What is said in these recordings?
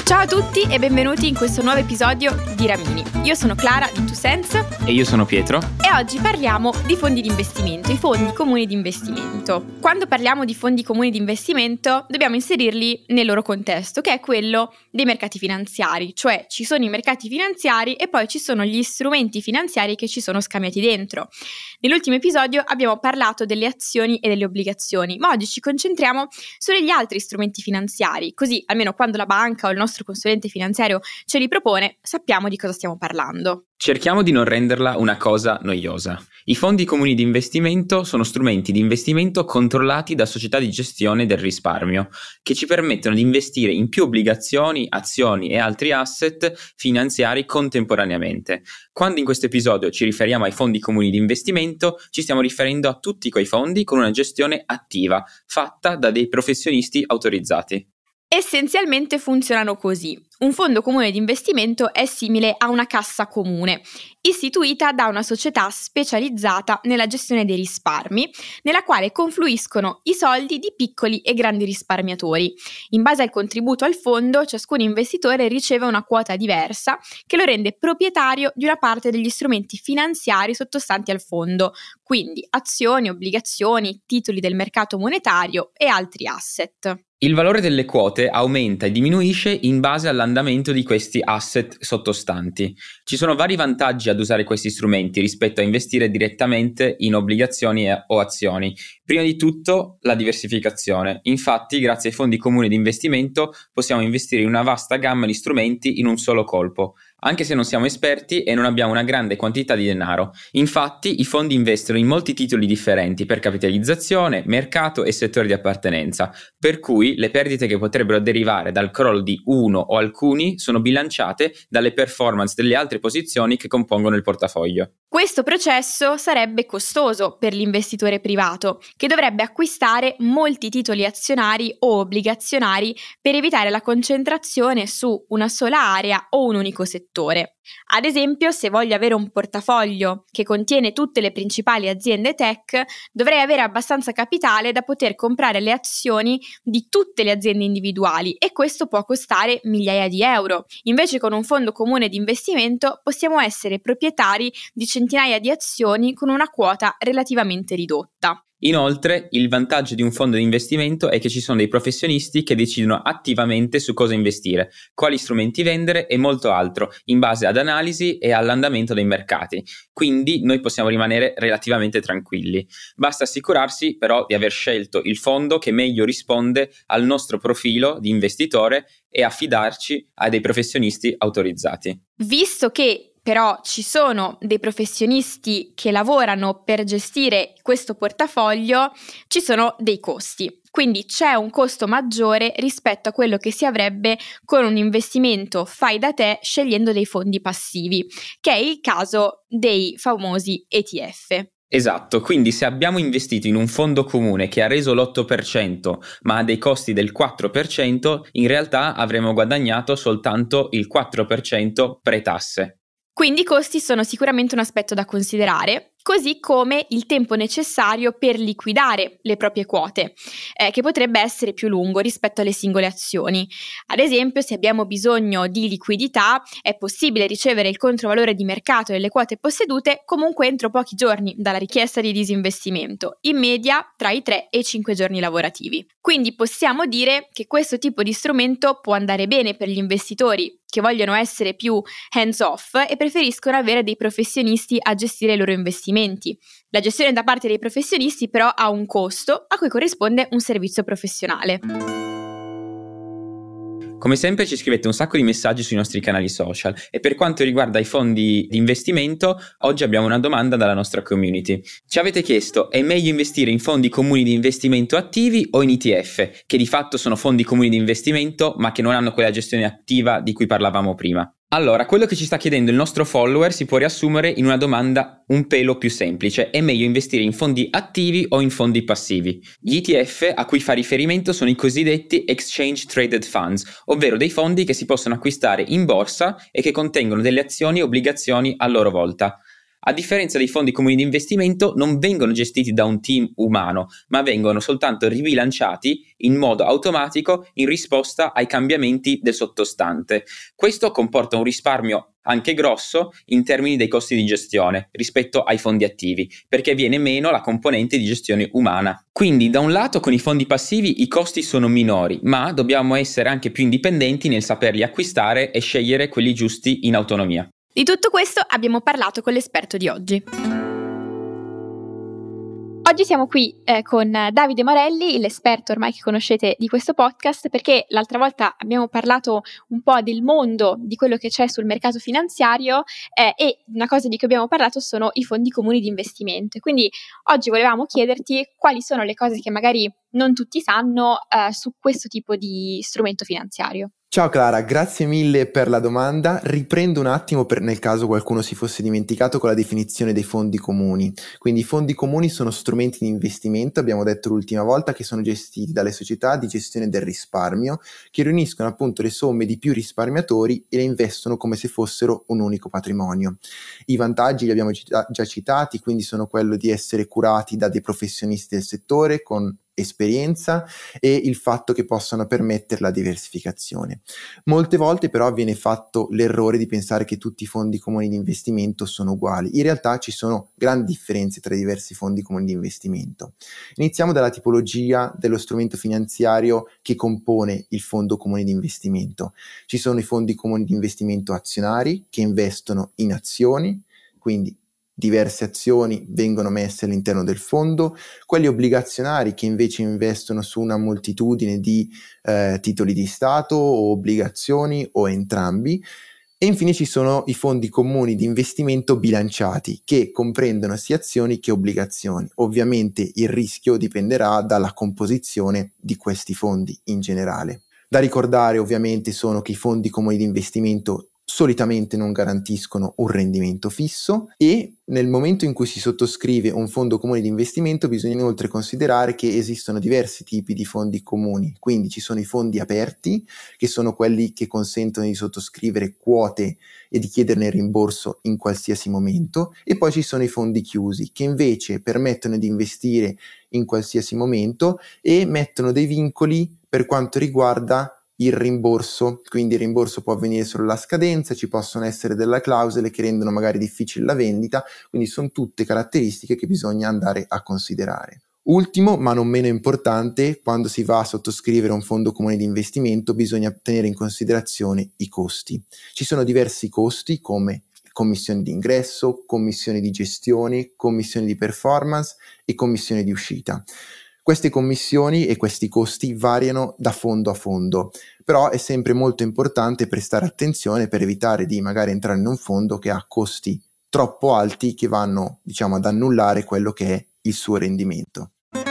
Ciao a tutti e benvenuti in questo nuovo episodio di Ramini. Io sono Clara di TwoSense e io sono Pietro e oggi parliamo di fondi di investimento, i fondi comuni di investimento. Quando parliamo di fondi comuni di investimento dobbiamo inserirli nel loro contesto, che è quello dei mercati finanziari, cioè ci sono i mercati finanziari e poi ci sono gli strumenti finanziari che ci sono scambiati dentro. Nell'ultimo episodio abbiamo parlato delle azioni e delle obbligazioni, ma oggi ci concentriamo sugli altri strumenti finanziari, così almeno quando la banca o il nostro consulente finanziario ce li propone, sappiamo di cosa stiamo parlando. Cerchiamo di non renderla una cosa noiosa. I fondi comuni di investimento sono strumenti di investimento controllati da società di gestione del risparmio, che ci permettono di investire in più obbligazioni, azioni e altri asset finanziari contemporaneamente. Quando in questo episodio ci riferiamo ai fondi comuni di investimento, ci stiamo riferendo a tutti quei fondi con una gestione attiva, fatta da dei professionisti autorizzati. Essenzialmente funzionano così. Un fondo comune di investimento è simile a una cassa comune, istituita da una società specializzata nella gestione dei risparmi, nella quale confluiscono i soldi di piccoli e grandi risparmiatori. In base al contributo al fondo, ciascun investitore riceve una quota diversa che lo rende proprietario di una parte degli strumenti finanziari sottostanti al fondo, quindi azioni, obbligazioni, titoli del mercato monetario e altri asset. Il valore delle quote aumenta e diminuisce in base all'andamento di questi asset sottostanti. Ci sono vari vantaggi ad usare questi strumenti rispetto a investire direttamente in obbligazioni o azioni. Prima di tutto, la diversificazione. Infatti, grazie ai fondi comuni di investimento, possiamo investire in una vasta gamma di strumenti in un solo colpo, anche se non siamo esperti e non abbiamo una grande quantità di denaro. Infatti, i fondi investono in molti titoli differenti per capitalizzazione, mercato e settore di appartenenza, per cui le perdite che potrebbero derivare dal crollo di uno o alcuni sono bilanciate dalle performance delle altre posizioni che compongono il portafoglio. Questo processo sarebbe costoso per l'investitore privato, che dovrebbe acquistare molti titoli azionari o obbligazionari per evitare la concentrazione su una sola area o un unico settore. Ad esempio, se voglio avere un portafoglio che contiene tutte le principali aziende tech, dovrei avere abbastanza capitale da poter comprare le azioni di tutte le aziende individuali e questo può costare migliaia di euro. Invece con un fondo comune di investimento possiamo essere proprietari di centinaia di azioni con una quota relativamente ridotta. Inoltre, il vantaggio di un fondo di investimento è che ci sono dei professionisti che decidono attivamente su cosa investire, quali strumenti vendere e molto altro, in base ad analisi e all'andamento dei mercati. Quindi noi possiamo rimanere relativamente tranquilli. Basta assicurarsi però di aver scelto il fondo che meglio risponde al nostro profilo di investitore e affidarci a dei professionisti autorizzati. Visto che però ci sono dei professionisti che lavorano per gestire questo portafoglio, ci sono dei costi. Quindi c'è un costo maggiore rispetto a quello che si avrebbe con un investimento fai da te scegliendo dei fondi passivi, che è il caso dei famosi ETF. Esatto, quindi se abbiamo investito in un fondo comune che ha reso l'8% ma ha dei costi del 4%, in realtà avremo guadagnato soltanto il 4% pre-tasse. Quindi i costi sono sicuramente un aspetto da considerare, così come il tempo necessario per liquidare le proprie quote, che potrebbe essere più lungo rispetto alle singole azioni. Ad esempio, se abbiamo bisogno di liquidità, è possibile ricevere il controvalore di mercato delle quote possedute comunque entro pochi giorni dalla richiesta di disinvestimento, in media tra i 3 e i 5 giorni lavorativi. Quindi possiamo dire che questo tipo di strumento può andare bene per gli investitori che vogliono essere più hands-off e preferiscono avere dei professionisti a gestire i loro investimenti. La gestione da parte dei professionisti però ha un costo a cui corrisponde un servizio professionale. Come sempre ci scrivete un sacco di messaggi sui nostri canali social e per quanto riguarda i fondi di investimento, oggi abbiamo una domanda dalla nostra community. Ci avete chiesto: è meglio investire in fondi comuni di investimento attivi o in ETF, che di fatto sono fondi comuni di investimento ma che non hanno quella gestione attiva di cui parlavamo prima? Allora, quello che ci sta chiedendo il nostro follower si può riassumere in una domanda un pelo più semplice: è meglio investire in fondi attivi o in fondi passivi? Gli ETF a cui fa riferimento sono i cosiddetti Exchange Traded Funds, ovvero dei fondi che si possono acquistare in borsa e che contengono delle azioni e obbligazioni a loro volta. A differenza dei fondi comuni di investimento, non vengono gestiti da un team umano, ma vengono soltanto ribilanciati in modo automatico in risposta ai cambiamenti del sottostante. Questo comporta un risparmio anche grosso in termini dei costi di gestione rispetto ai fondi attivi, perché viene meno la componente di gestione umana. Quindi da un lato con i fondi passivi i costi sono minori, ma dobbiamo essere anche più indipendenti nel saperli acquistare e scegliere quelli giusti in autonomia. Di tutto questo abbiamo parlato con l'esperto di oggi. Oggi siamo qui con Davide Morelli, l'esperto ormai che conoscete di questo podcast, perché l'altra volta abbiamo parlato un po' del mondo, di quello che c'è sul mercato finanziario e una cosa di cui abbiamo parlato sono i fondi comuni di investimento. Quindi oggi volevamo chiederti quali sono le cose che magari non tutti sanno su questo tipo di strumento finanziario. Ciao Clara, grazie mille per la domanda. Riprendo un attimo nel caso qualcuno si fosse dimenticato con la definizione dei fondi comuni. Quindi i fondi comuni sono strumenti di investimento, abbiamo detto l'ultima volta, che sono gestiti dalle società di gestione del risparmio, che riuniscono appunto le somme di più risparmiatori e le investono come se fossero un unico patrimonio. I vantaggi li abbiamo già citati, quindi sono quello di essere curati da dei professionisti del settore con esperienza e il fatto che possano permettere la diversificazione. Molte volte però viene fatto l'errore di pensare che tutti i fondi comuni di investimento sono uguali. In realtà ci sono grandi differenze tra i diversi fondi comuni di investimento. Iniziamo dalla tipologia dello strumento finanziario che compone il fondo comune di investimento. Ci sono i fondi comuni di investimento azionari che investono in azioni, quindi diverse azioni vengono messe all'interno del fondo, quelli obbligazionari che invece investono su una moltitudine di titoli di Stato o obbligazioni o entrambi, e infine ci sono i fondi comuni di investimento bilanciati che comprendono sia azioni che obbligazioni. Ovviamente il rischio dipenderà dalla composizione di questi fondi in generale. Da ricordare ovviamente sono che i fondi comuni di investimento solitamente non garantiscono un rendimento fisso e nel momento in cui si sottoscrive un fondo comune di investimento bisogna inoltre considerare che esistono diversi tipi di fondi comuni. Quindi ci sono i fondi aperti, che sono quelli che consentono di sottoscrivere quote e di chiederne il rimborso in qualsiasi momento, e poi ci sono i fondi chiusi che invece permettono di investire in qualsiasi momento e mettono dei vincoli per quanto riguarda il rimborso. Quindi il rimborso può avvenire solo alla scadenza, ci possono essere delle clausole che rendono magari difficile la vendita, quindi sono tutte caratteristiche che bisogna andare a considerare. Ultimo, ma non meno importante, quando si va a sottoscrivere un fondo comune di investimento bisogna tenere in considerazione i costi. Ci sono diversi costi come commissioni di ingresso, commissioni di gestione, commissioni di performance e commissioni di uscita. Queste commissioni e questi costi variano da fondo a fondo, però è sempre molto importante prestare attenzione per evitare di magari entrare in un fondo che ha costi troppo alti che vanno, ad annullare quello che è il suo rendimento.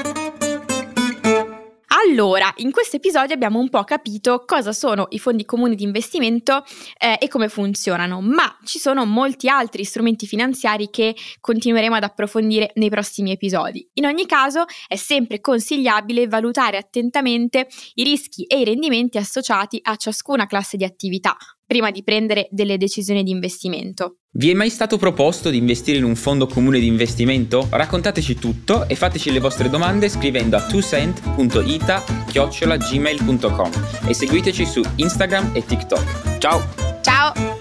Allora, in questo episodio abbiamo un po' capito cosa sono i fondi comuni di investimento e come funzionano, ma ci sono molti altri strumenti finanziari che continueremo ad approfondire nei prossimi episodi. In ogni caso è sempre consigliabile valutare attentamente i rischi e i rendimenti associati a ciascuna classe di attività prima di prendere delle decisioni di investimento. Vi è mai stato proposto di investire in un fondo comune di investimento? Raccontateci tutto e fateci le vostre domande scrivendo a twocent.ita@gmail.com e seguiteci su Instagram e TikTok. Ciao! Ciao!